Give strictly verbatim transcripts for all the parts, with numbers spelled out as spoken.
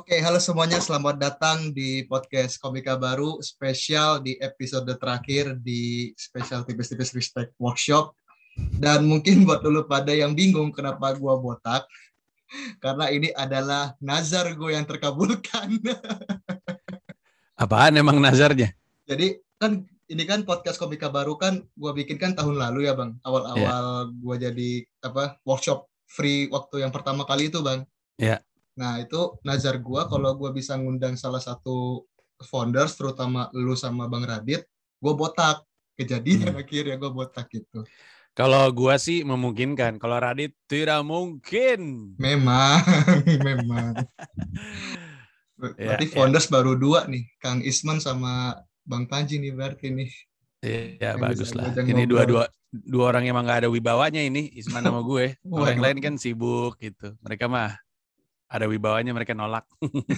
Oke, halo semuanya, selamat datang di podcast Komika Baru spesial di episode terakhir di spesial tipis-tipis respect workshop. Dan mungkin buat dulu pada yang bingung kenapa gua botak, karena ini adalah nazar gue yang terkabulkan. Apaan emang nazarnya? Jadi kan ini kan podcast Komika Baru kan gua bikin kan tahun lalu ya Bang, awal-awal gua jadi apa workshop free waktu yang pertama kali itu Bang. Ya. Nah, itu nazar gua kalau gua bisa ngundang salah satu founders, terutama lu sama Bang Radit, gua botak. Kejadian hmm. akhirnya gua botak gitu. Kalau gua sih memungkinkan, kalau Radit tidak mungkin. Memang, memang. Berarti ya, founders ya. Baru dua nih, Kang Isman sama Bang Panji nih berarti nih. Iya, bagus lah. Ini dua-dua dua orang yang emang gak ada wibawanya ini, Isman sama gue. Kalau yang lain kan sibuk gitu. Mereka mah ada wibawanya, mereka nolak.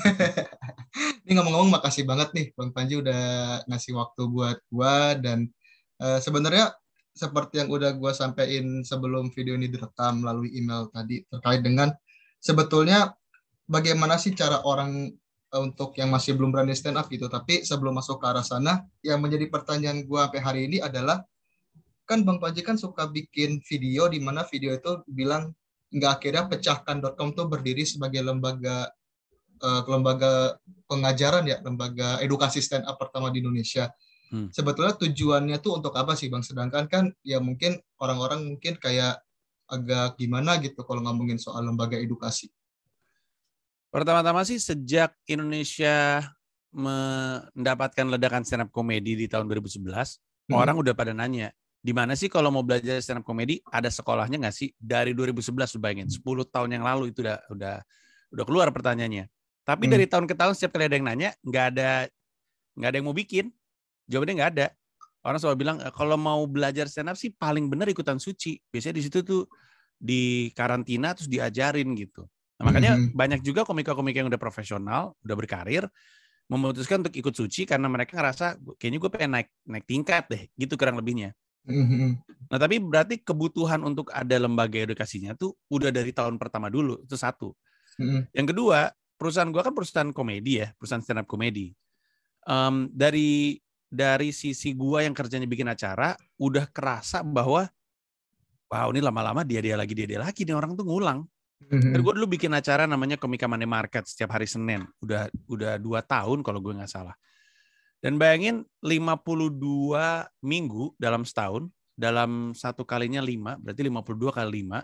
Ini ngomong-ngomong makasih banget nih Bang Panji udah ngasih waktu buat gua, dan uh, sebenarnya seperti yang udah gua sampaikan sebelum video ini direkam melalui email tadi terkait dengan sebetulnya bagaimana sih cara orang uh, untuk yang masih belum berani stand up gitu. Tapi sebelum masuk ke arah sana, yang menjadi pertanyaan gua sampai hari ini adalah, kan Bang Panji kan suka bikin video di mana video itu bilang nggak akhirnya pecahkan dot com tuh berdiri sebagai lembaga uh, lembaga pengajaran ya, lembaga edukasi stand up pertama di Indonesia. Hmm. Sebetulnya tujuannya tuh untuk apa sih Bang? Sedangkan kan ya mungkin orang-orang mungkin kayak agak gimana gitu kalau ngomongin soal lembaga edukasi. Pertama-tama sih sejak Indonesia mendapatkan ledakan stand up komedi di tahun dua ribu sebelas, hmm. orang udah pada nanya, di mana sih kalau mau belajar stand up komedi ada sekolahnya nggak sih? Dari dua ribu sebelas, bayangin sepuluh tahun yang lalu itu udah udah udah keluar pertanyaannya. Tapi hmm. dari tahun ke tahun setiap kali ada yang nanya, nggak ada nggak ada yang mau bikin. Jawabannya nggak ada. Orang selalu bilang kalau mau belajar stand up sih paling benar ikutan suci. Biasanya di situ tuh di karantina terus diajarin gitu. Nah, makanya hmm. banyak juga komika-komika yang udah profesional, udah berkarir, memutuskan untuk ikut suci karena mereka ngerasa kayaknya gue pengen naik naik tingkat deh, gitu kurang lebihnya. Mm-hmm. Nah, tapi berarti kebutuhan untuk ada lembaga edukasinya tuh udah dari tahun pertama dulu, itu satu. Mm-hmm. Yang kedua, perusahaan gua kan perusahaan komedi ya, perusahaan stand up komedi. Um, dari dari sisi gua yang kerjanya bikin acara, udah kerasa bahwa wow, ini lama-lama dia-dia lagi, dia-dia lagi nih orang tuh ngulang. Mm-hmm. Dan gua dulu bikin acara namanya Komika Money Market setiap hari Senin, udah udah dua tahun kalau gue nggak salah. Dan bayangin lima puluh dua minggu dalam setahun, dalam satu kalinya lima, berarti lima puluh dua kali lima,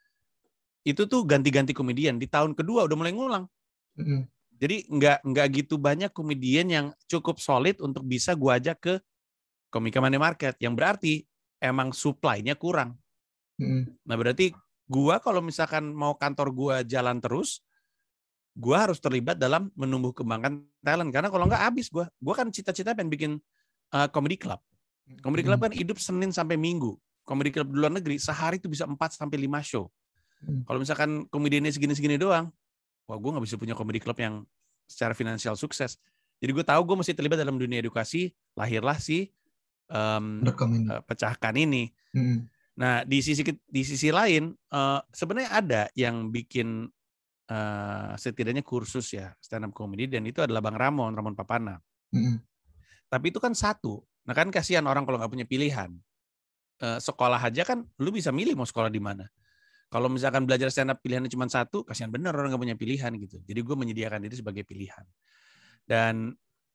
itu tuh ganti-ganti komedian. Di tahun kedua udah mulai ngulang. Mm-hmm. Jadi nggak nggak gitu banyak komedian yang cukup solid untuk bisa gue ajak ke Komika Money Market. Yang berarti emang supply-nya kurang. Mm-hmm. Nah berarti gue kalau misalkan mau kantor gue jalan terus, gue harus terlibat dalam menumbuh kembangkan talent. Karena kalau nggak habis gue. Gue kan cita-cita pengen bikin uh, comedy club. Comedy club kan hidup Senin sampai Minggu. Comedy club di luar negeri sehari itu bisa empat sampai lima show. Kalau misalkan komediannya segini-segini doang, wah gue nggak bisa punya comedy club yang secara finansial sukses. Jadi gue tahu gue mesti terlibat dalam dunia edukasi. Lahirlah si um, uh, pecahkan ini. Hmm. Nah di sisi di sisi lain uh, sebenarnya ada yang bikin Uh, setidaknya kursus ya stand up comedy, dan itu adalah Bang Ramon, Ramon Papana. Mm-hmm. Tapi itu kan satu. Nah kan kasihan orang kalau nggak punya pilihan. Uh, sekolah aja kan lu bisa milih mau sekolah di mana. Kalau misalkan belajar stand up pilihannya cuma satu, kasihan bener orang nggak punya pilihan gitu. Jadi gue menyediakan diri sebagai pilihan. Dan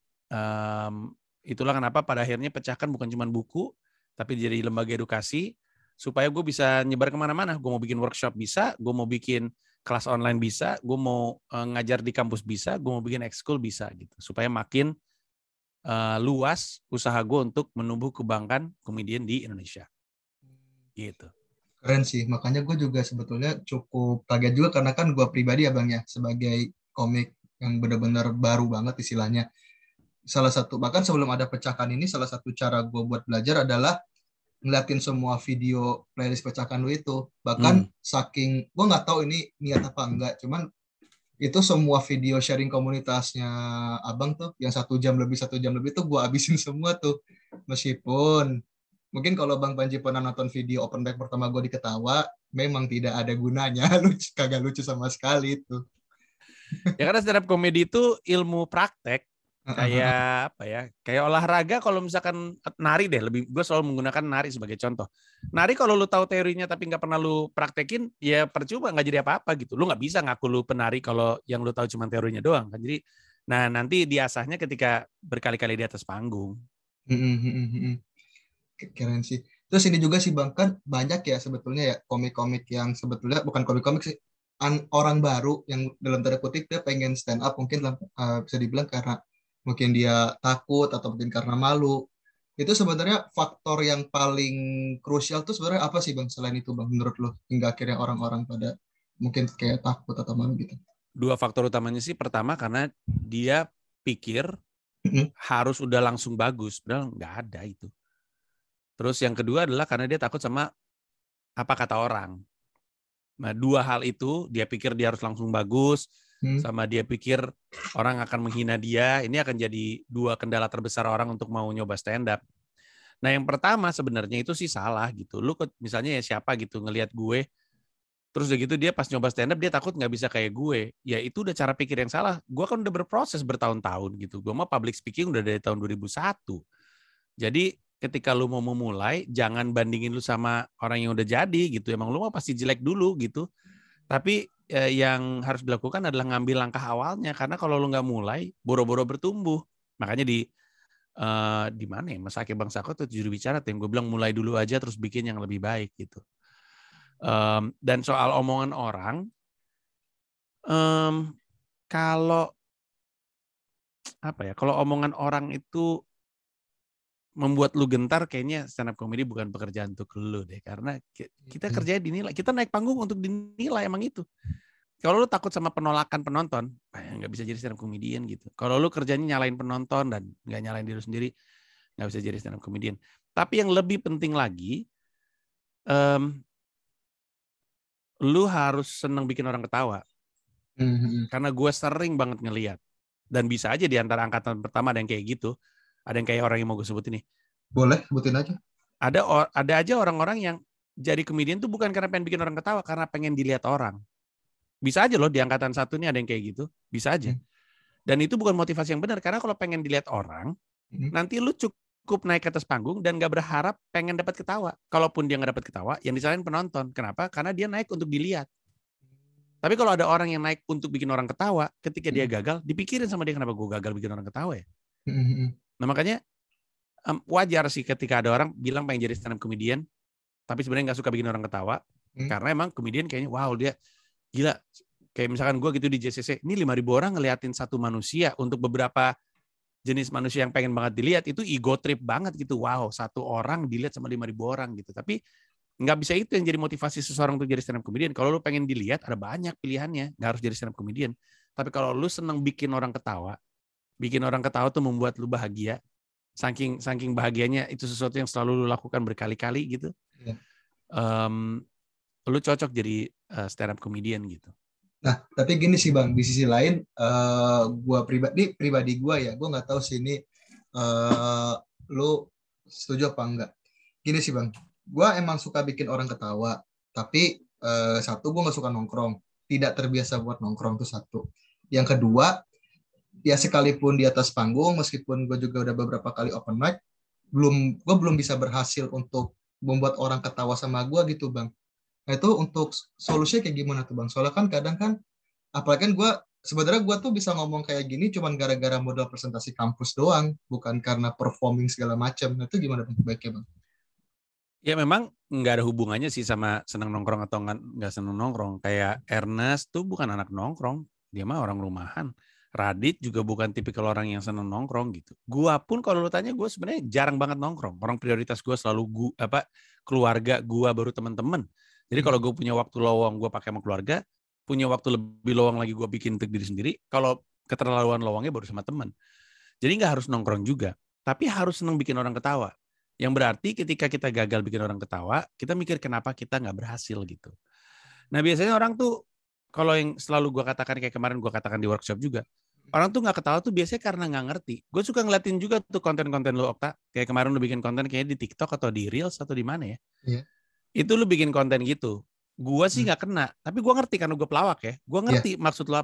um, itulah kenapa pada akhirnya pecahkan bukan cuma buku, tapi jadi lembaga edukasi supaya gue bisa nyebar kemana-mana. Gue mau bikin workshop bisa, gue mau bikin kelas online bisa, gue mau uh, ngajar di kampus bisa, gue mau bikin ekskul bisa gitu, supaya makin uh, luas usaha gue untuk menumbuh kembangkan komedian di Indonesia. Gitu. Keren sih, makanya gue juga sebetulnya cukup kaget juga karena kan gue pribadi ya Bang ya, sebagai komik yang benar-benar baru banget istilahnya. Salah satu, bahkan sebelum ada pecahkan ini, salah satu cara gue buat belajar adalah ngeliatin semua video playlist pecahkan lu itu. Bahkan hmm. saking gue nggak tahu ini niat apa enggak, cuman itu semua video sharing komunitasnya abang tuh yang satu jam lebih satu jam lebih tuh gue habisin semua tuh. Meskipun mungkin kalau Bang Panji pernah nonton video open mic pertama gue di Ketawa, memang tidak ada gunanya, lucu, kagak lucu sama sekali itu. Ya karena stand up comedy itu ilmu praktek. Kayak apa ya? Kayak olahraga kalau misalkan nari deh, lebih gue selalu menggunakan nari sebagai contoh. Nari kalau lu tahu teorinya tapi nggak pernah lu praktekin, ya percuma, nggak jadi apa-apa gitu. Lu nggak bisa ngaku lu penari kalau yang lu tahu cuma teorinya doang kan. Jadi, nah nanti diasahnya ketika berkali-kali di atas panggung. Keren sih. Terus ini juga sih Bang, kan banyak ya sebetulnya ya komik-komik yang sebetulnya bukan komik-komik sih, an- orang baru yang dalam tanda kutip dia pengen stand up mungkin uh, bisa dibilang karena mungkin dia takut atau mungkin karena malu. Itu sebenarnya faktor yang paling krusial tuh sebenarnya apa sih Bang selain itu Bang menurut lo hingga akhirnya orang-orang pada mungkin kayak takut atau malu gitu. Dua faktor utamanya sih, pertama karena dia pikir harus udah langsung bagus, padahal nggak ada itu. Terus yang kedua adalah karena dia takut sama apa kata orang. Nah, dua hal itu, dia pikir dia harus langsung bagus, hmm. sama dia pikir orang akan menghina dia, ini akan jadi dua kendala terbesar orang untuk mau nyoba stand up. Nah, yang pertama sebenarnya itu sih salah gitu. Lu misalnya ya siapa gitu ngelihat gue, terus udah gitu dia pas nyoba stand up dia takut nggak bisa kayak gue. Ya itu udah cara pikir yang salah. Gue kan udah berproses bertahun-tahun gitu. Gue mah public speaking udah dari tahun dua ribu satu. Jadi ketika lu mau memulai, jangan bandingin lu sama orang yang udah jadi gitu. Emang lu mah pasti jelek dulu gitu. Tapi eh, yang harus dilakukan adalah ngambil langkah awalnya. Karena kalau lu nggak mulai, boro-boro bertumbuh. Makanya di eh, di mana ya, Mas Aki Bang Sako tuh juru bicara tuh yang gue bilang mulai dulu aja terus bikin yang lebih baik gitu. Um, dan soal omongan orang, um, kalau apa ya, kalau omongan orang itu membuat lu gentar, kayaknya stand up comedy bukan pekerjaan untuk lu deh. Karena kita kerja dinilai, kita naik panggung untuk dinilai emang itu. Kalau lu takut sama penolakan penonton, nggak bisa jadi stand up comedian gitu. Kalau lu kerjanya nyalain penonton dan nggak nyalain diri sendiri, nggak bisa jadi stand up comedian. Tapi yang lebih penting lagi, um, lu harus seneng bikin orang ketawa. Mm-hmm. Karena gue sering banget ngeliat. Dan bisa aja di antara angkatan pertama ada yang kayak gitu. Ada yang kayak orang yang mau gue sebutin nih. Boleh, sebutin aja. Ada ada aja orang-orang yang jadi komedian tuh bukan karena pengen bikin orang ketawa, karena pengen dilihat orang. Bisa aja loh di angkatan satu ini ada yang kayak gitu. Bisa aja. Hmm. Dan itu bukan motivasi yang benar. Karena kalau pengen dilihat orang, hmm. nanti lu cukup naik ke atas panggung dan gak berharap pengen dapat ketawa. Kalaupun dia gak dapat ketawa, yang disalahin penonton. Kenapa? Karena dia naik untuk dilihat. Tapi kalau ada orang yang naik untuk bikin orang ketawa, ketika dia gagal, dipikirin sama dia kenapa gue gagal bikin orang ketawa ya. Nah makanya um, wajar sih ketika ada orang bilang pengen jadi stand up comedian, tapi sebenarnya nggak suka bikin orang ketawa, hmm. karena emang comedian kayaknya wow dia gila. Kayak misalkan gue gitu di J C C, ini lima ribu orang ngeliatin satu manusia. Untuk beberapa jenis manusia yang pengen banget dilihat, itu ego trip banget gitu. Wow, satu orang dilihat sama lima ribu orang gitu. Tapi nggak bisa itu yang jadi motivasi seseorang untuk jadi stand up comedian. Kalau lu pengen dilihat, ada banyak pilihannya. Nggak harus jadi stand up comedian. Tapi kalau lu seneng bikin orang ketawa, bikin orang ketawa tuh membuat lu bahagia. Saking saking bahagianya itu sesuatu yang selalu lu lakukan berkali-kali gitu. Yeah. Um, lu cocok jadi uh, stand up comedian gitu. Nah, tapi gini sih Bang, di sisi lain uh, gua pribadi pribadi gua ya, gua nggak tahu sih ini uh, lu setuju apa enggak. Gini sih Bang, gua emang suka bikin orang ketawa, tapi uh, satu gua nggak suka nongkrong, tidak terbiasa buat nongkrong tuh satu. Yang kedua, ya sekalipun di atas panggung, meskipun gue juga udah beberapa kali open mic, belum gue belum bisa berhasil untuk membuat orang ketawa sama gue gitu Bang. Nah itu untuk solusinya kayak gimana tuh Bang? Soalnya kan kadang kan, apalagi kan gue sebenarnya gue tuh bisa ngomong kayak gini cuman gara-gara modal presentasi kampus doang, bukan karena performing segala macam. Nah itu gimana Bang baiknya Bang? Ya memang nggak ada hubungannya sih sama senang nongkrong atau nggak senang nongkrong. Kayak Ernest tuh bukan anak nongkrong, dia mah orang rumahan. Radit juga bukan tipikal orang yang senang nongkrong gitu. Gua pun kalau lu tanya gue sebenarnya jarang banget nongkrong. Orang prioritas gue selalu gua, apa keluarga gua baru teman-teman. Jadi hmm. kalau gue punya waktu lowong gue pakai sama keluarga, punya waktu lebih lowong lagi gue bikin untuk diri sendiri. Kalau keterlaluan lowongnya baru sama teman. Jadi nggak harus nongkrong juga, tapi harus senang bikin orang ketawa. Yang berarti ketika kita gagal bikin orang ketawa, kita mikir kenapa kita nggak berhasil gitu. Nah biasanya orang tuh kalau yang selalu gue katakan kayak kemarin gue katakan di workshop juga, orang tuh nggak ketawa tuh biasanya karena nggak ngerti. Gue suka ngeliatin juga tuh konten-konten lu Okta. Kayak kemarin lu bikin konten kayaknya di TikTok atau di Reels atau di mana ya. Yeah. Itu lu bikin konten gitu. Gue sih nggak hmm. kena. Tapi gue ngerti karena gue pelawak ya. Gue ngerti yeah. maksud lu apa.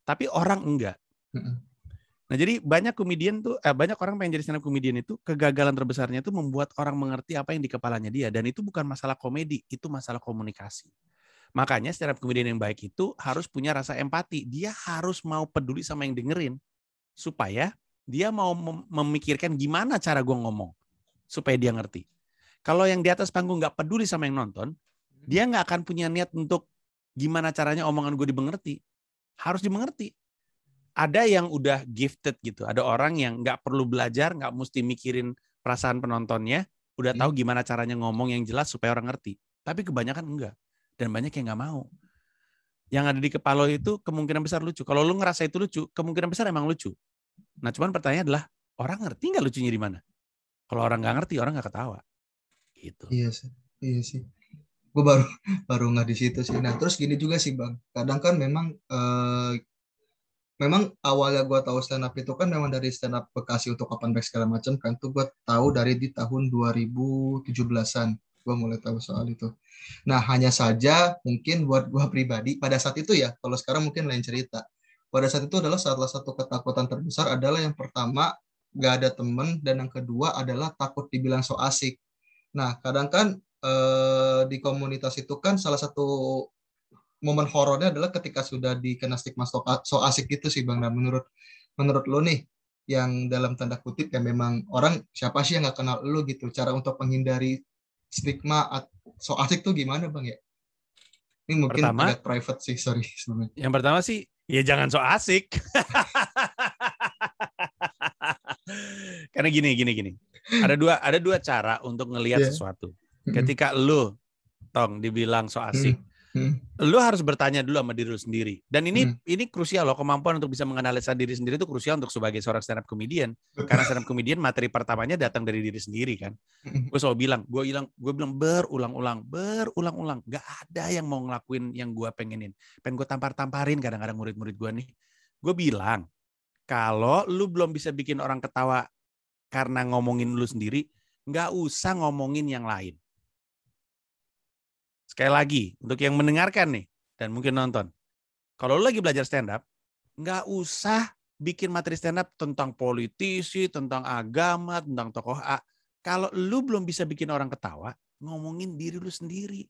tapi orang enggak. Nah jadi banyak komedian tuh, eh, banyak orang pengen jadi stand up comedian itu kegagalan terbesarnya itu membuat orang mengerti apa yang di kepalanya dia, dan itu bukan masalah komedi, itu masalah komunikasi. Makanya stand up comedian yang baik itu harus punya rasa empati, dia harus mau peduli sama yang dengerin, supaya dia mau mem- memikirkan gimana cara gue ngomong supaya dia ngerti. Kalau yang di atas panggung nggak peduli sama yang nonton, dia nggak akan punya niat untuk gimana caranya omongan gue dimengerti. Harus dimengerti. Ada yang udah gifted gitu. Ada orang yang nggak perlu belajar, nggak mesti mikirin perasaan penontonnya, udah tahu gimana caranya ngomong yang jelas supaya orang ngerti. Tapi kebanyakan enggak. Dan banyak yang nggak mau. Yang ada di kepala lo itu kemungkinan besar lucu. Kalau lo ngerasa itu lucu, kemungkinan besar emang lucu. Nah cuman pertanyaannya adalah, orang ngerti nggak lucunya di mana? Kalau orang nggak ngerti, orang nggak ketawa. Gitu. Iya sih, iya sih. Gue baru baru nggak di situ sih. Nah terus gini juga sih bang. Kadang kan memang eh, memang awalnya gue tahu stand up itu kan memang dari stand up Bekasi untuk open mic segala macam kan. Tuh gue tahu dari di tahun dua ribu tujuh belasan. Gue mulai tahu soal itu. Nah hanya saja mungkin buat gue pribadi pada saat itu ya. Kalau sekarang mungkin lain cerita. Pada saat itu adalah salah satu ketakutan terbesar adalah yang pertama gak ada temen, dan yang kedua adalah takut dibilang so asik. Nah, kadang kan eh, di komunitas itu kan salah satu momen horornya adalah ketika sudah dikena stigma so, so asik gitu sih Bang. Nah, menurut menurut lo nih, yang dalam tanda kutip yang memang orang siapa sih yang nggak kenal lo gitu, cara untuk menghindari stigma so asik tuh gimana Bang ya? Ini mungkin Pertama, agak private sih, sorry sebenarnya. yang pertama sih, ya jangan so asik. Karena gini, gini, gini. Ada dua, ada dua cara untuk ngelihat Yeah. sesuatu. Ketika lu, Tong, dibilang so asik, Hmm. lu harus bertanya dulu sama diri lu sendiri. Dan ini Hmm. ini krusial loh, kemampuan untuk bisa menganalisa diri sendiri itu krusial untuk sebagai seorang stand up comedian. Karena stand up comedian materi pertamanya datang dari diri sendiri kan. Gue selalu bilang, gue bilang, gue bilang berulang-ulang, berulang-ulang. Gak ada yang mau ngelakuin yang gue pengenin. Pengen gue tampar-tamparin kadang-kadang murid-murid gue nih. Gue bilang, kalau lu belum bisa bikin orang ketawa karena ngomongin lu sendiri, nggak usah ngomongin yang lain. Sekali lagi, untuk yang mendengarkan nih, dan mungkin nonton, kalau lu lagi belajar stand up, nggak usah bikin materi stand up tentang politisi, tentang agama, tentang tokoh A. Kalau lu belum bisa bikin orang ketawa, ngomongin diri lu sendiri.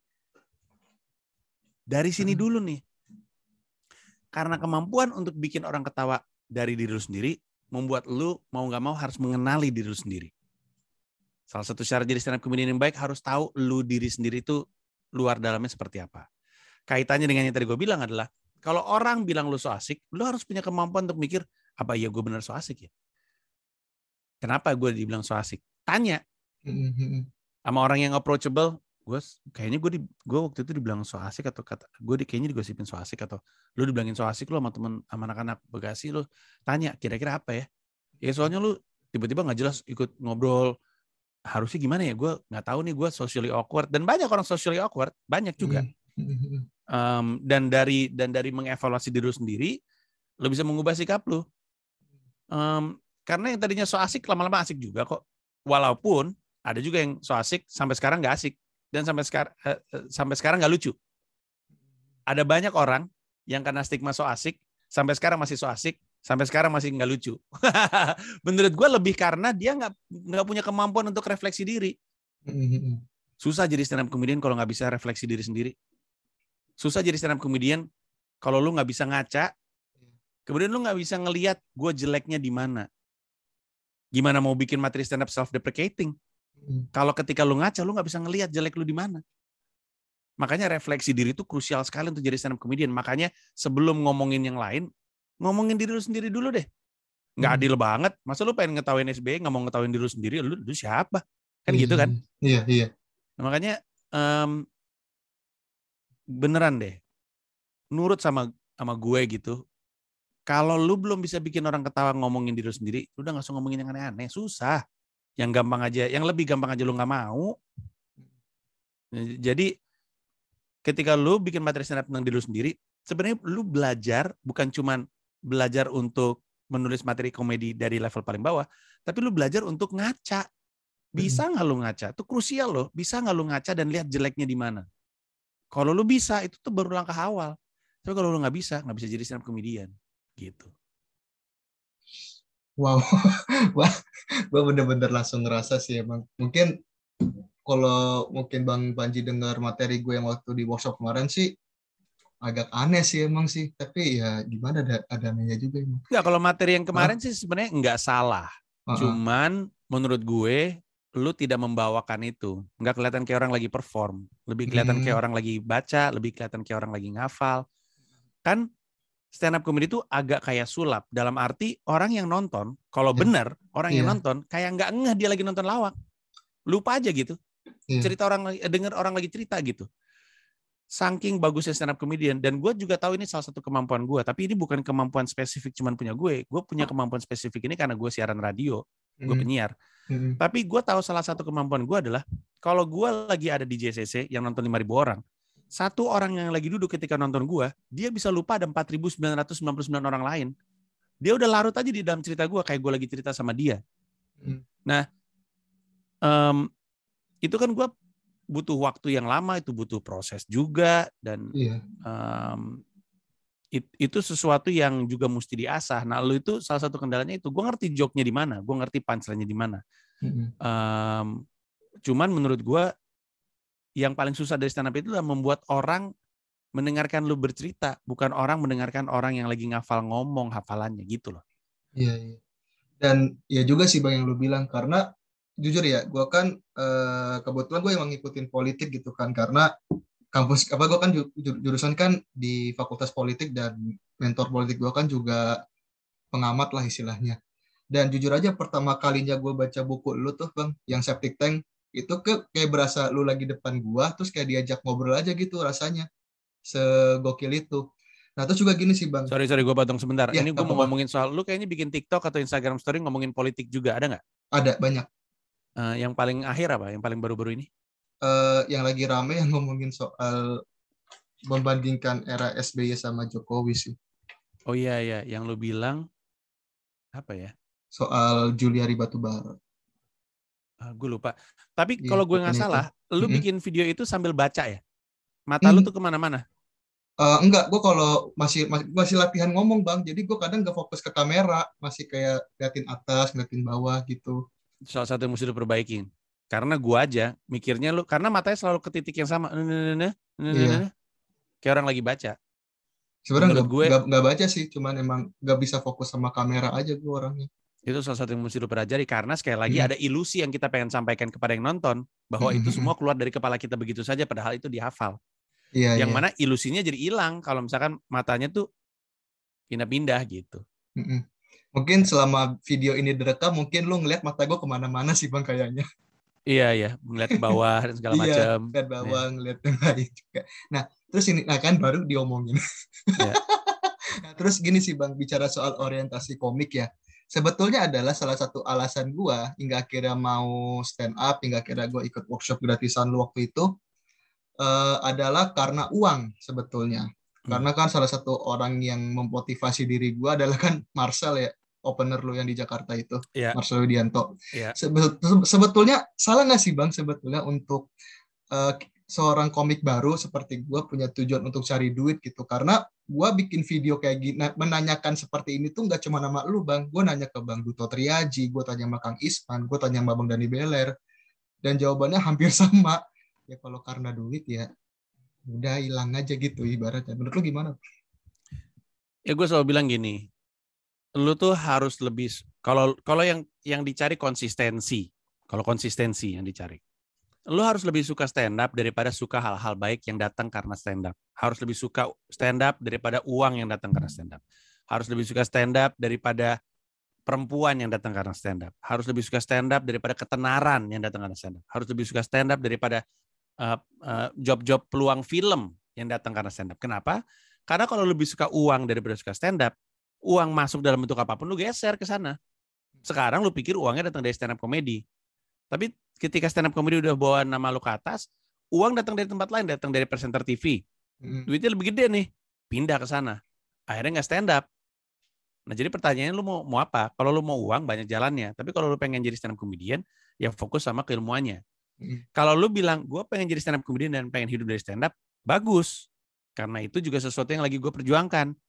Dari sini dulu nih. Karena kemampuan untuk bikin orang ketawa dari diri lu sendiri, membuat lu mau nggak mau harus mengenali diri lu sendiri. Salah satu syarat jadi stand up comedian yang baik harus tahu lu diri sendiri itu luar dalamnya seperti apa. Kaitannya dengan yang tadi gue bilang adalah, kalau orang bilang lu so asik, lu harus punya kemampuan untuk mikir, apa iya gue benar so asik ya? Kenapa gue dibilang so asik? Tanya. Sama orang yang approachable, gue kayaknya gue di gue waktu itu dibilang so asik, atau kata gue di, kayaknya digosipin so asik, atau lu dibilangin so asik lu sama temen sama anak-anak Bekasi, lu tanya kira-kira apa ya? Ya soalnya lu tiba-tiba nggak jelas ikut ngobrol, harusnya gimana ya? Gue nggak tahu nih, gue socially awkward, dan banyak orang socially awkward, banyak juga. Um, dan dari dan dari mengevaluasi diri lu sendiri, lu bisa mengubah sikap lu. Um, karena yang tadinya so asik lama-lama asik juga kok. Walaupun ada juga yang so asik sampai sekarang nggak asik, dan sampai sekarang uh, sampai sekarang nggak lucu. Ada banyak orang yang karena stigma so asik sampai sekarang masih so asik, sampai sekarang masih nggak lucu. Menurut gue lebih karena dia nggak nggak punya kemampuan untuk refleksi diri. Susah jadi stand up comedian kalau nggak bisa refleksi diri sendiri. Susah jadi stand up comedian kalau lu nggak bisa ngaca, kemudian lu nggak bisa ngelihat gue jeleknya di mana. Gimana mau bikin materi stand up self deprecating? Kalau ketika lu ngaca, lu nggak bisa ngelihat jelek lu di mana. Makanya refleksi diri itu krusial sekali untuk jadi stand up comedian. Makanya sebelum ngomongin yang lain, ngomongin diri lu sendiri dulu deh. Nggak adil banget. Masa lu pengen ngetawain S B Y, nggak mau ngetawain diri lu sendiri, lu, lu siapa? Kan gitu kan? Iya, iya. Nah, makanya um, beneran deh, nurut sama sama gue gitu. Kalau lu belum bisa bikin orang ketawa ngomongin diri lu sendiri, udah nggak usah ngomongin yang aneh-aneh, susah. Yang gampang aja, yang lebih gampang aja lu nggak mau. Jadi ketika lu bikin materi stand up tentang diri lu sendiri, sebenarnya lu belajar bukan cuman belajar untuk menulis materi komedi dari level paling bawah, tapi lu belajar untuk ngaca. Bisa nggak lu ngaca? Itu krusial loh. Bisa nggak lu ngaca dan lihat jeleknya di mana? Kalau lu bisa, itu tuh baru langkah awal. Tapi kalau lu nggak bisa, nggak bisa jadi stand up comedian. gitu. Wow, wah, gue bener-bener langsung ngerasa sih emang. Mungkin kalau mungkin Bang Panji dengar materi gue yang waktu di workshop kemarin sih agak aneh sih emang sih. Tapi ya gimana, ada ada anehnya juga emang. Enggak, kalau materi yang kemarin Hah? sih sebenarnya nggak salah. Uh-uh. Cuman menurut gue lu tidak membawakan itu. Nggak kelihatan kayak orang lagi perform. Lebih kelihatan kayak Hmm, orang lagi baca, lebih kelihatan kayak orang lagi ngafal. Kan stand up comedy itu agak kayak sulap. Dalam arti orang yang nonton, kalau ya, benar orang yang iya, nonton kayak nggak ngeh dia lagi nonton lawak. Lupa aja gitu. iya. Cerita orang, dengar orang lagi cerita gitu. Saking bagusnya stand up comedian, dan gue juga tahu ini salah satu kemampuan gue, tapi ini bukan kemampuan spesifik cuman punya gue. Gue punya kemampuan spesifik ini karena gue siaran radio, gue Hmm, penyiar. hmm, Tapi gue tahu salah satu kemampuan gue adalah kalau gue lagi ada di J C C yang nonton lima ribu orang, satu orang yang lagi duduk ketika nonton gue, dia bisa lupa ada empat ribu sembilan ratus sembilan puluh sembilan orang lain. Dia udah larut aja di dalam cerita gue, kayak gue lagi cerita sama dia. hmm. Nah, um, itu kan gue butuh waktu yang lama, itu butuh proses juga, dan Iya. um, it, itu sesuatu yang juga mesti diasah. Nah, lu itu salah satu kendalanya itu, gue ngerti joke-nya di mana, gue ngerti punchline-nya di mana. Hmm, Um, cuman menurut gue yang paling susah dari stand up itu adalah membuat orang mendengarkan lu bercerita, bukan orang mendengarkan orang yang lagi ngafal ngomong hafalannya gitu loh. iya, iya. Dan ya juga sih Bang yang lu bilang, karena jujur ya, gue kan eh, kebetulan gue emang ngikutin politik gitu kan, karena kampus apa gue kan ju- ju- jurusan kan di Fakultas Politik, dan mentor politik gue kan juga pengamat lah istilahnya. Dan jujur aja pertama kalinya gue baca buku lu tuh Bang, yang Septic Tank, itu ke kayak berasa lu lagi depan gua, terus kayak diajak ngobrol aja gitu rasanya, segokil itu. Nah terus juga gini sih Bang, Sorry, sorry, gue potong sebentar. ya Ini gak gue mau apa-apa, ngomongin soal, lu kayaknya bikin TikTok atau Instagram story ngomongin politik juga, ada nggak? ada banyak. Uh, yang paling akhir apa? Yang paling baru-baru ini? Eh, yang lagi rame yang ngomongin soal membandingkan era S B Y sama Jokowi sih, Oh iya, iya. Yang lu bilang, apa ya? soal Juliari Batubara. Uh, gue lupa. Tapi Iya, kalau gue nggak pokoknya itu. salah, lu Mm-mm. bikin video itu sambil baca ya? Mata lu Mm. tuh kemana-mana? Eh, enggak, gue kalau masih, masih masih latihan ngomong Bang, jadi gue kadang gak fokus ke kamera, masih kayak liatin atas, ngeliatin bawah gitu. Salah satu yang mesti lu perbaikin. Karena gue aja mikirnya lu, karena matanya selalu ke titik yang sama. Iya, Kayak orang lagi baca. sebenarnya Menurut nggak gue, nggak nggak baca sih, cuman emang nggak bisa fokus sama kamera aja gue orangnya. itu salah satu yang mesti lu pelajari. Karena sekali lagi Mm-mm. ada ilusi yang kita pengen sampaikan kepada yang nonton. Bahwa itu Mm-mm. semua keluar dari kepala kita begitu saja, padahal itu dihafal. Iya, Yang iya. mana ilusinya jadi hilang kalau misalkan matanya tuh pindah-pindah gitu. Mm-mm. Mungkin selama video ini direkam, mungkin lu ngeliat mata gue kemana-mana sih Bang kayaknya. Iya, iya. Melihat ke bawah dan segala Iya, macam. lihat Ya, bawah, ngeliat yang lain juga. Nah, terus ini, nah kan baru diomongin. ya. Nah, terus gini sih Bang, bicara soal orientasi komik ya. Sebetulnya adalah salah satu alasan gua hingga akhirnya mau stand up, hingga akhirnya gua ikut workshop gratisan lu waktu itu, eh, adalah karena uang sebetulnya. Hmm. Karena kan salah satu orang yang memotivasi diri gua adalah kan Marcel ya, opener lu yang di Jakarta itu, Ya, Marcel Widianto. ya. Sebe- Sebetulnya salah nggak sih Bang sebetulnya untuk eh, seorang komik baru seperti gue punya tujuan untuk cari duit gitu, karena gue bikin video kayak gini menanyakan seperti ini tuh nggak cuma nama lu Bang, gue nanya ke Bang Duto Triaji, gue tanya sama Kang Isman, gue tanya sama Bang Dani Beler, dan jawabannya hampir sama, ya kalau karena duit ya udah hilang aja gitu ibaratnya. Menurut lu gimana? Ya gue selalu bilang gini, lu tuh harus lebih, kalau kalau yang yang dicari konsistensi. Kalau konsistensi yang dicari. Lu harus lebih suka stand up daripada suka hal-hal baik yang datang karena stand up. Harus lebih suka stand up daripada uang yang datang karena stand up. Harus lebih suka stand up daripada perempuan yang datang karena stand up. Harus lebih suka stand up daripada ketenaran yang datang karena stand up. Harus lebih suka stand up daripada uh, uh, job-job peluang film yang datang karena stand up. Kenapa? Karena kalau lebih suka uang daripada suka stand up, uang masuk dalam bentuk apapun lu geser ke sana. Sekarang lu pikir uangnya datang dari stand up comedy. Tapi ketika stand up comedy udah bawa nama lu ke atas, uang datang dari tempat lain, datang dari presenter T V. Duitnya lebih gede nih, pindah ke sana. Akhirnya nggak stand up. Nah jadi pertanyaannya lu mau mau apa? Kalau lu mau uang banyak jalannya, tapi kalau lu pengen jadi stand up comedian, ya fokus sama keilmuannya. Kalau lu bilang gue pengen jadi stand up comedian dan pengen hidup dari stand up, bagus. Karena itu juga sesuatu yang lagi gue perjuangkan.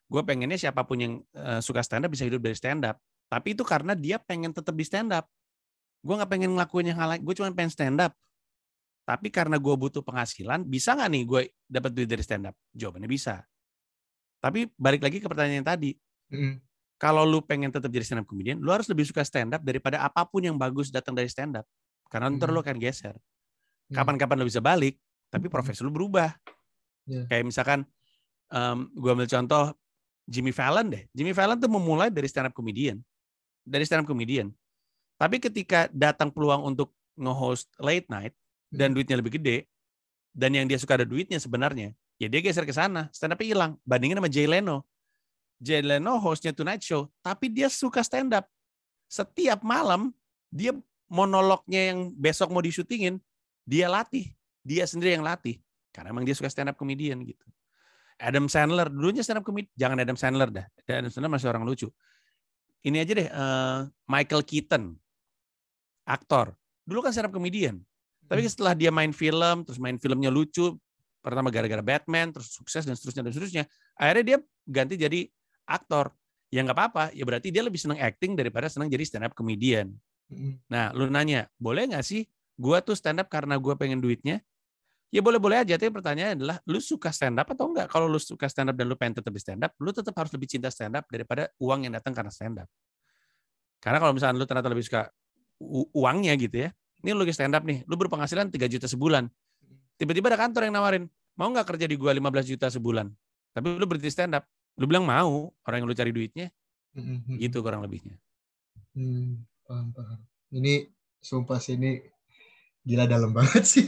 Gue pengennya siapapun yang uh, suka stand up bisa hidup dari stand up. Tapi itu karena dia pengen tetap di stand up. Gue nggak pengen ngelakuin yang hal lain. Gue cuma pengen stand up. Tapi karena gue butuh penghasilan, bisa nggak nih gue dapat duit dari stand up? Jawabannya bisa. Tapi balik lagi ke pertanyaan yang tadi. Mm. Kalau lu pengen tetap jadi stand up comedian, lu harus lebih suka stand up daripada apapun yang bagus datang dari stand up. Karena ntar mm. lu akan geser. Kapan-kapan lu bisa balik, tapi profesi lu berubah. Yeah. Kayak misalkan, um, gue ambil contoh Jimmy Fallon deh. Jimmy Fallon tuh memulai dari stand up comedian. Dari stand up comedian. Tapi ketika datang peluang untuk nge-host late night, dan duitnya lebih gede, dan yang dia suka ada duitnya sebenarnya, ya dia geser ke sana, stand up-nya hilang. Bandingin sama Jay Leno. Jay Leno hostnya Tonight Show, tapi dia suka stand up. Setiap malam, dia monolognya yang besok mau di-syutingin, dia latih. Dia sendiri yang latih. Karena emang dia suka stand up comedian gitu. Adam Sandler, dulunya stand up comedian. Jangan Adam Sandler dah. Adam Sandler masih orang lucu. Ini aja deh, uh, Michael Keaton. Aktor. Dulu kan stand up comedian. Tapi setelah dia main film, terus main filmnya lucu, pertama gara-gara Batman, terus sukses dan seterusnya dan seterusnya, akhirnya dia ganti jadi aktor. Ya nggak apa-apa, ya berarti dia lebih senang acting daripada senang jadi stand up comedian. Nah, lu nanya, boleh nggak sih gue tuh stand up karena gue pengen duitnya? Ya boleh-boleh aja, tapi pertanyaannya adalah, lu suka stand up atau enggak? Kalau lu suka stand up dan lu pengen tetap di stand up, lu tetap harus lebih cinta stand up daripada uang yang datang karena stand up. Karena kalau misalnya lu ternyata lebih suka uangnya gitu ya, ini lu stand up nih, lu berpenghasilan tiga juta sebulan. Tiba-tiba ada kantor yang nawarin, mau nggak kerja di gua lima belas juta sebulan? Tapi lu berhenti stand up. Lu bilang mau, orang yang lu cari duitnya. Mm-hmm. Gitu kurang lebihnya. Hmm, paham, paham. Ini sumpah sih, ini gila dalam banget sih.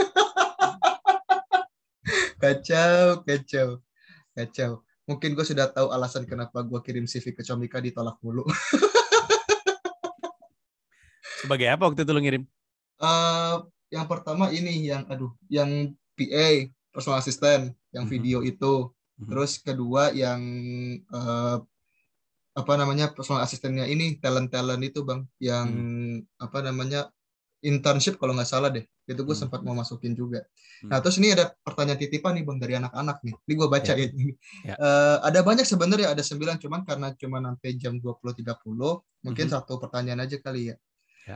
Kacau, kacau, kacau. Mungkin gue sudah tahu alasan kenapa gue kirim C V ke Comika ditolak mulu. Sebagai apa waktu itu lu ngirim? Uh, yang pertama ini yang aduh yang P A personal assistant yang video mm-hmm. itu mm-hmm. Terus kedua yang uh, apa namanya personal asistennya ini talent talent itu bang yang mm. apa namanya internship kalau nggak salah deh itu gue mm. sempat mau masukin juga. mm. Nah terus ini ada pertanyaan titipan nih bang dari anak-anak nih ini gue baca yeah. ya yeah. uh, ada banyak sebenarnya ada sembilan cuman karena cuma sampai jam dua puluh tiga puluh mungkin mm-hmm. satu pertanyaan aja kali ya.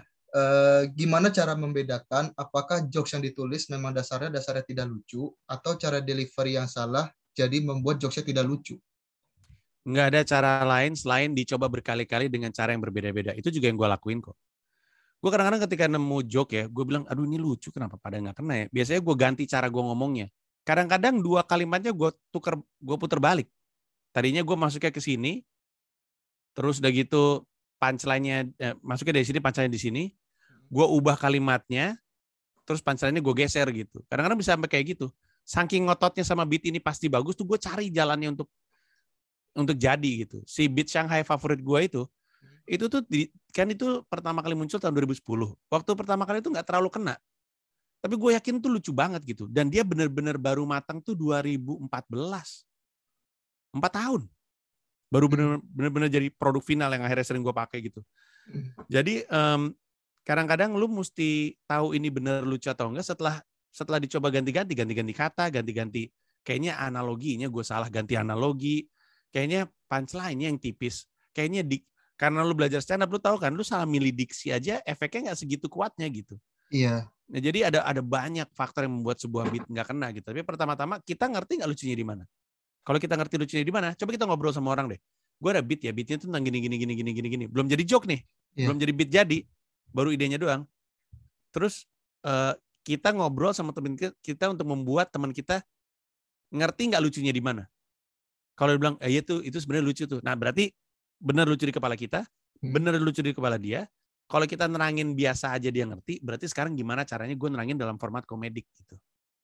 Uh, gimana cara membedakan apakah jokes yang ditulis memang dasarnya dasarnya tidak lucu atau cara delivery yang salah jadi membuat jokesnya tidak lucu? Nggak ada cara lain selain dicoba berkali-kali dengan cara yang berbeda-beda. Itu juga yang gue lakuin kok. Gue kadang-kadang ketika nemu joke ya, gue bilang, aduh ini lucu, kenapa pada nggak kena ya? Biasanya gue ganti cara gue ngomongnya. Kadang-kadang dua kalimatnya gue tuker, gue puter balik. Tadinya gue masuknya ke sini, terus udah gitu punchline-nya, eh, masuknya dari sini, punchline-nya di sini. Gue ubah kalimatnya, terus punchline-nya gue geser gitu. Kadang-kadang bisa sampai kayak gitu. Saking ngototnya sama beat ini pasti bagus tuh gue cari jalannya untuk untuk jadi gitu. Si beat Shanghai favorit gue itu, itu tuh kan itu pertama kali muncul tahun dua ribu sepuluh. Waktu pertama kali itu nggak terlalu kena. Tapi gue yakin tuh lucu banget gitu. Dan dia benar-benar baru matang tuh dua ribu empat belas. Empat tahun. Baru benar-benar jadi produk final yang akhirnya sering gue pakai gitu. Jadi um, kadang-kadang lu mesti tahu ini benar lucu atau enggak setelah setelah dicoba ganti-ganti, ganti-ganti kata, ganti-ganti. Kayaknya analoginya gue salah ganti analogi. Kayaknya punchline-nya yang tipis. Kayaknya di, karena lu belajar stand up, lu tahu kan, lu salah milih diksi aja, efeknya nggak segitu kuatnya gitu. Iya. Nah, jadi ada ada banyak faktor yang membuat sebuah beat nggak kena gitu. Tapi pertama-tama kita ngerti nggak lucunya di mana? Kalau kita ngerti lucunya di mana, coba kita ngobrol sama orang deh. Gue ada beat ya, beatnya tuh tentang gini gini gini gini gini gini. Belum jadi joke nih, yeah. belum jadi beat jadi, baru idenya doang. Terus uh, kita ngobrol sama teman kita untuk membuat teman kita ngerti nggak lucunya di mana. Kalau dia bilang, eh itu itu sebenarnya lucu tuh. Nah berarti benar lucu di kepala kita, benar lucu di kepala dia. Kalau kita nerangin biasa aja dia ngerti, berarti sekarang gimana caranya gue nerangin dalam format komedik gitu.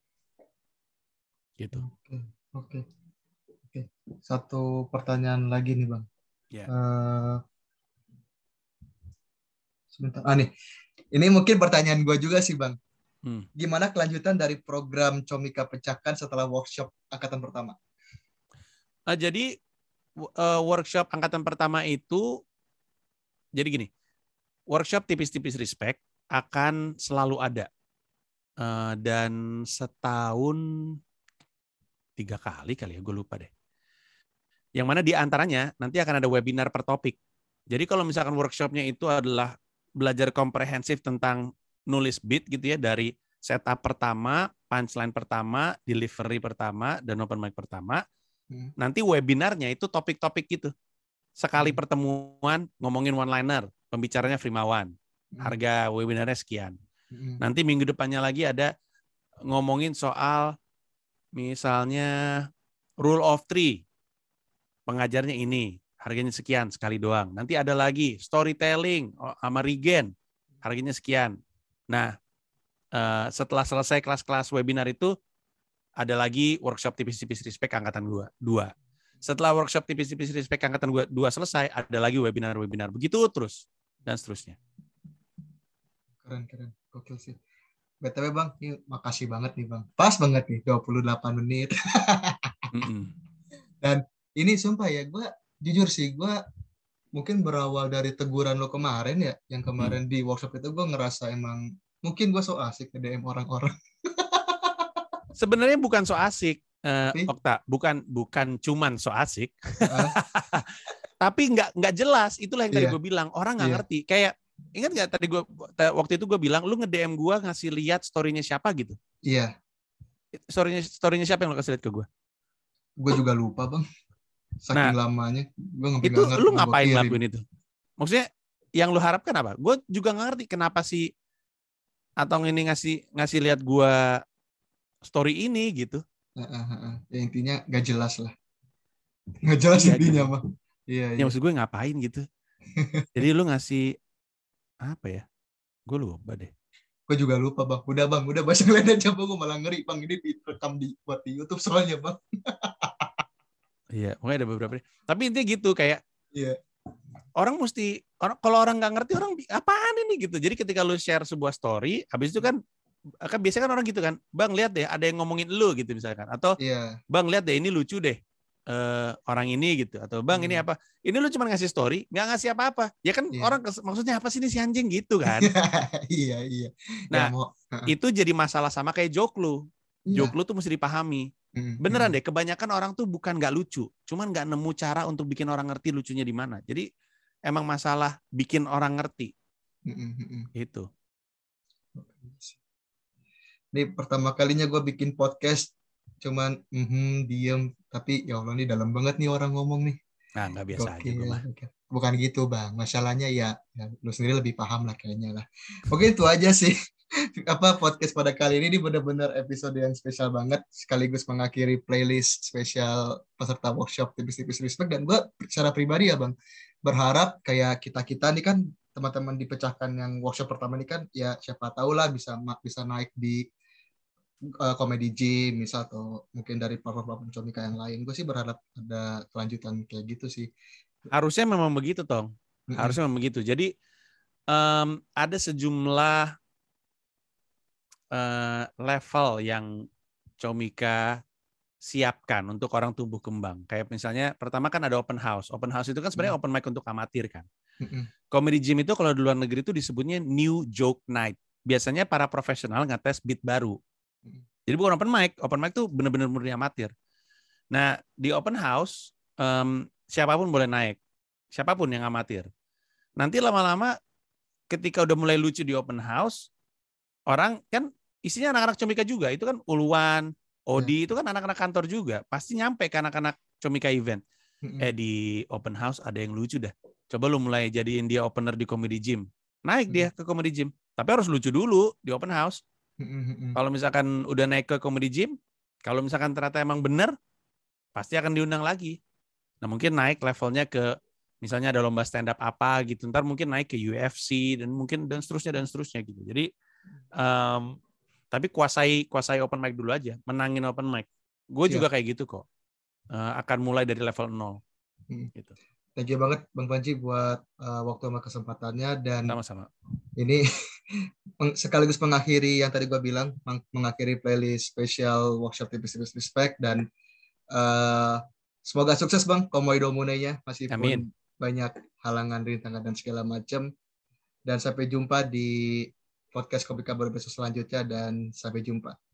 Gitu. Oke, oke, oke. Satu pertanyaan lagi nih bang. Yeah. Uh, sebentar. Ah nih, ini mungkin pertanyaan gue juga sih bang. Hmm. Gimana kelanjutan dari program Comika Pecahkan setelah workshop angkatan pertama? Uh, jadi uh, workshop angkatan pertama itu, jadi gini, workshop tipis-tipis respect akan selalu ada. Uh, dan setahun tiga kali kali ya, gue lupa deh. Yang mana di antaranya nanti akan ada webinar per topik. Jadi kalau misalkan workshopnya itu adalah belajar komprehensif tentang nulis beat gitu ya, dari setup pertama, punchline pertama, delivery pertama, dan open mic pertama. Hmm. Nanti webinarnya itu topik-topik gitu. Sekali hmm. pertemuan ngomongin one-liner, pembicaranya Frimawan. Harga webinarnya sekian. Hmm. Nanti minggu depannya lagi ada ngomongin soal misalnya rule of three. Pengajarnya ini, harganya sekian sekali doang. Nanti ada lagi storytelling sama Regen, harganya sekian. Nah, setelah selesai kelas-kelas webinar itu, ada lagi workshop tipis-tipis respect angkatan dua. Setelah workshop tipis-tipis respect angkatan dua selesai, ada lagi webinar-webinar. Begitu terus, dan seterusnya. Keren, keren. Gokil sih. B T W Bang, ini makasih banget nih Bang. Pas banget nih, dua puluh delapan menit. Dan ini sumpah ya, gue jujur sih, gue mungkin berawal dari teguran lo kemarin ya, yang kemarin hmm. di workshop itu gue ngerasa emang, mungkin gue so asik ke D M orang-orang. Sebenarnya bukan so asik, uh, Okta, bukan bukan cuman so asik, uh. tapi nggak nggak jelas. Itulah yang tadi yeah. gue bilang, orang nggak yeah. ngerti. Kayak ingat nggak tadi gue waktu itu gue bilang, lu nge-D M gue ngasih lihat story-nya siapa gitu? Iya. Yeah. Story-nya story-nya siapa yang lo kasih lihat ke gue? Gue juga lupa Bang. Saking nah, lamanya, gue nggak itu lu ngapain ngelakuin itu? Maksudnya yang lu harapkan apa? Gue juga nggak ngerti kenapa sih Atong ini ngasih ngasih lihat gue story ini gitu. Uh, uh, uh. Ya, intinya nggak jelas lah, nggak jelas ya, intinya mah. Iya. Ya, maksud gue ngapain gitu? Jadi lu ngasih apa ya? Gue lupa deh. Gue juga lupa Bang. Udah Bang, udah bahasa ngeliat aja Bang. Gue malah ngeri Bang. Ini direkam di buat di YouTube soalnya Bang. Iya, mungkin ada beberapa. Tapi intinya gitu kayak yeah. orang mesti orang kalau orang nggak ngerti orang apaan ini gitu. Jadi ketika lu share sebuah story, habis itu kan kan biasanya kan orang gitu kan, Bang lihat deh ada yang ngomongin lu gitu misalkan, atau yeah. Bang lihat deh ini lucu deh uh, orang ini gitu, atau Bang hmm. ini apa? Ini lu cuma ngasih story, nggak ngasih apa-apa. Ya kan yeah. orang maksudnya apa sih ini si anjing gitu kan? Iya iya. Nah ya, mau, uh-uh. itu jadi masalah sama kayak joke lu. Yeah. Joke lu tuh mesti dipahami. Beneran deh, kebanyakan orang tuh bukan nggak lucu, cuman nggak nemu cara untuk bikin orang ngerti lucunya di mana. Jadi emang masalah bikin orang ngerti. Mm-hmm. Itu. Ini pertama kalinya gue bikin podcast, cuman mm-hmm, diem, tapi ya Allah nih dalam banget nih orang ngomong nih. Nah nggak biasa Gokil. aja gue mah. Bukan gitu Bang, masalahnya ya, ya lu sendiri lebih paham lah kayaknya lah. Oke itu aja sih. Apa podcast pada kali ini, ini benar-benar episode yang spesial banget, sekaligus mengakhiri playlist spesial peserta workshop tipis-tipis respect. Dan gue secara pribadi ya Bang, berharap kayak kita-kita nih kan teman-teman dipecahkan yang workshop pertama ini kan ya siapa tahu lah bisa bisa naik di uh, Comedy Gym misal, atau mungkin dari platform-platform comika yang lain. Gue sih berharap ada kelanjutan kayak gitu sih. Harusnya memang begitu Tong, mm-hmm. harusnya memang begitu. Jadi um, ada sejumlah Uh, level yang comika siapkan untuk orang tumbuh kembang. Kayak misalnya pertama kan ada open house. Open house itu kan sebenarnya open mic untuk amatir kan. Mm-hmm. Comedy Gym itu kalau di luar negeri itu disebutnya new joke night. Biasanya para profesional ngetes beat baru. Mm-hmm. Jadi bukan open mic. Open mic itu benar-benar murni amatir. Nah di open house um, siapapun boleh naik. Siapapun yang amatir. Nanti lama-lama ketika udah mulai lucu di open house, orang kan isinya anak-anak comika juga. Itu kan Uluan, Odi, ya. Itu kan anak-anak kantor juga. Pasti nyampe ke anak-anak comika event. Mm-hmm. Eh di open house ada yang lucu dah. Coba lu mulai jadiin dia opener di Comedy Gym. Naik mm-hmm. dia ke Comedy Gym. Tapi harus lucu dulu di open house. Mm-hmm. Kalau misalkan udah naik ke Comedy Gym, kalau misalkan ternyata emang bener, pasti akan diundang lagi. Nah mungkin naik levelnya ke, misalnya ada lomba stand up apa gitu. Ntar mungkin naik ke U F C, dan mungkin dan seterusnya, dan seterusnya gitu. Jadi Um, tapi kuasai kuasai open mic dulu aja, menangin open mic. Gue juga kayak gitu kok. Uh, akan mulai dari level nol. Hmm. Gitu. Thank you banget Bang Panji buat uh, waktu sama kesempatannya, dan sama-sama. Ini sekaligus mengakhiri yang tadi gue bilang, mengakhiri playlist spesial workshop tipis-tipis respect, dan uh, semoga sukses Bang Komoi Domune-nya, meskipun Amin. Banyak halangan, rintangan dan segala macam. Dan sampai jumpa di podcast Komika Berbesok selanjutnya, dan sampai jumpa.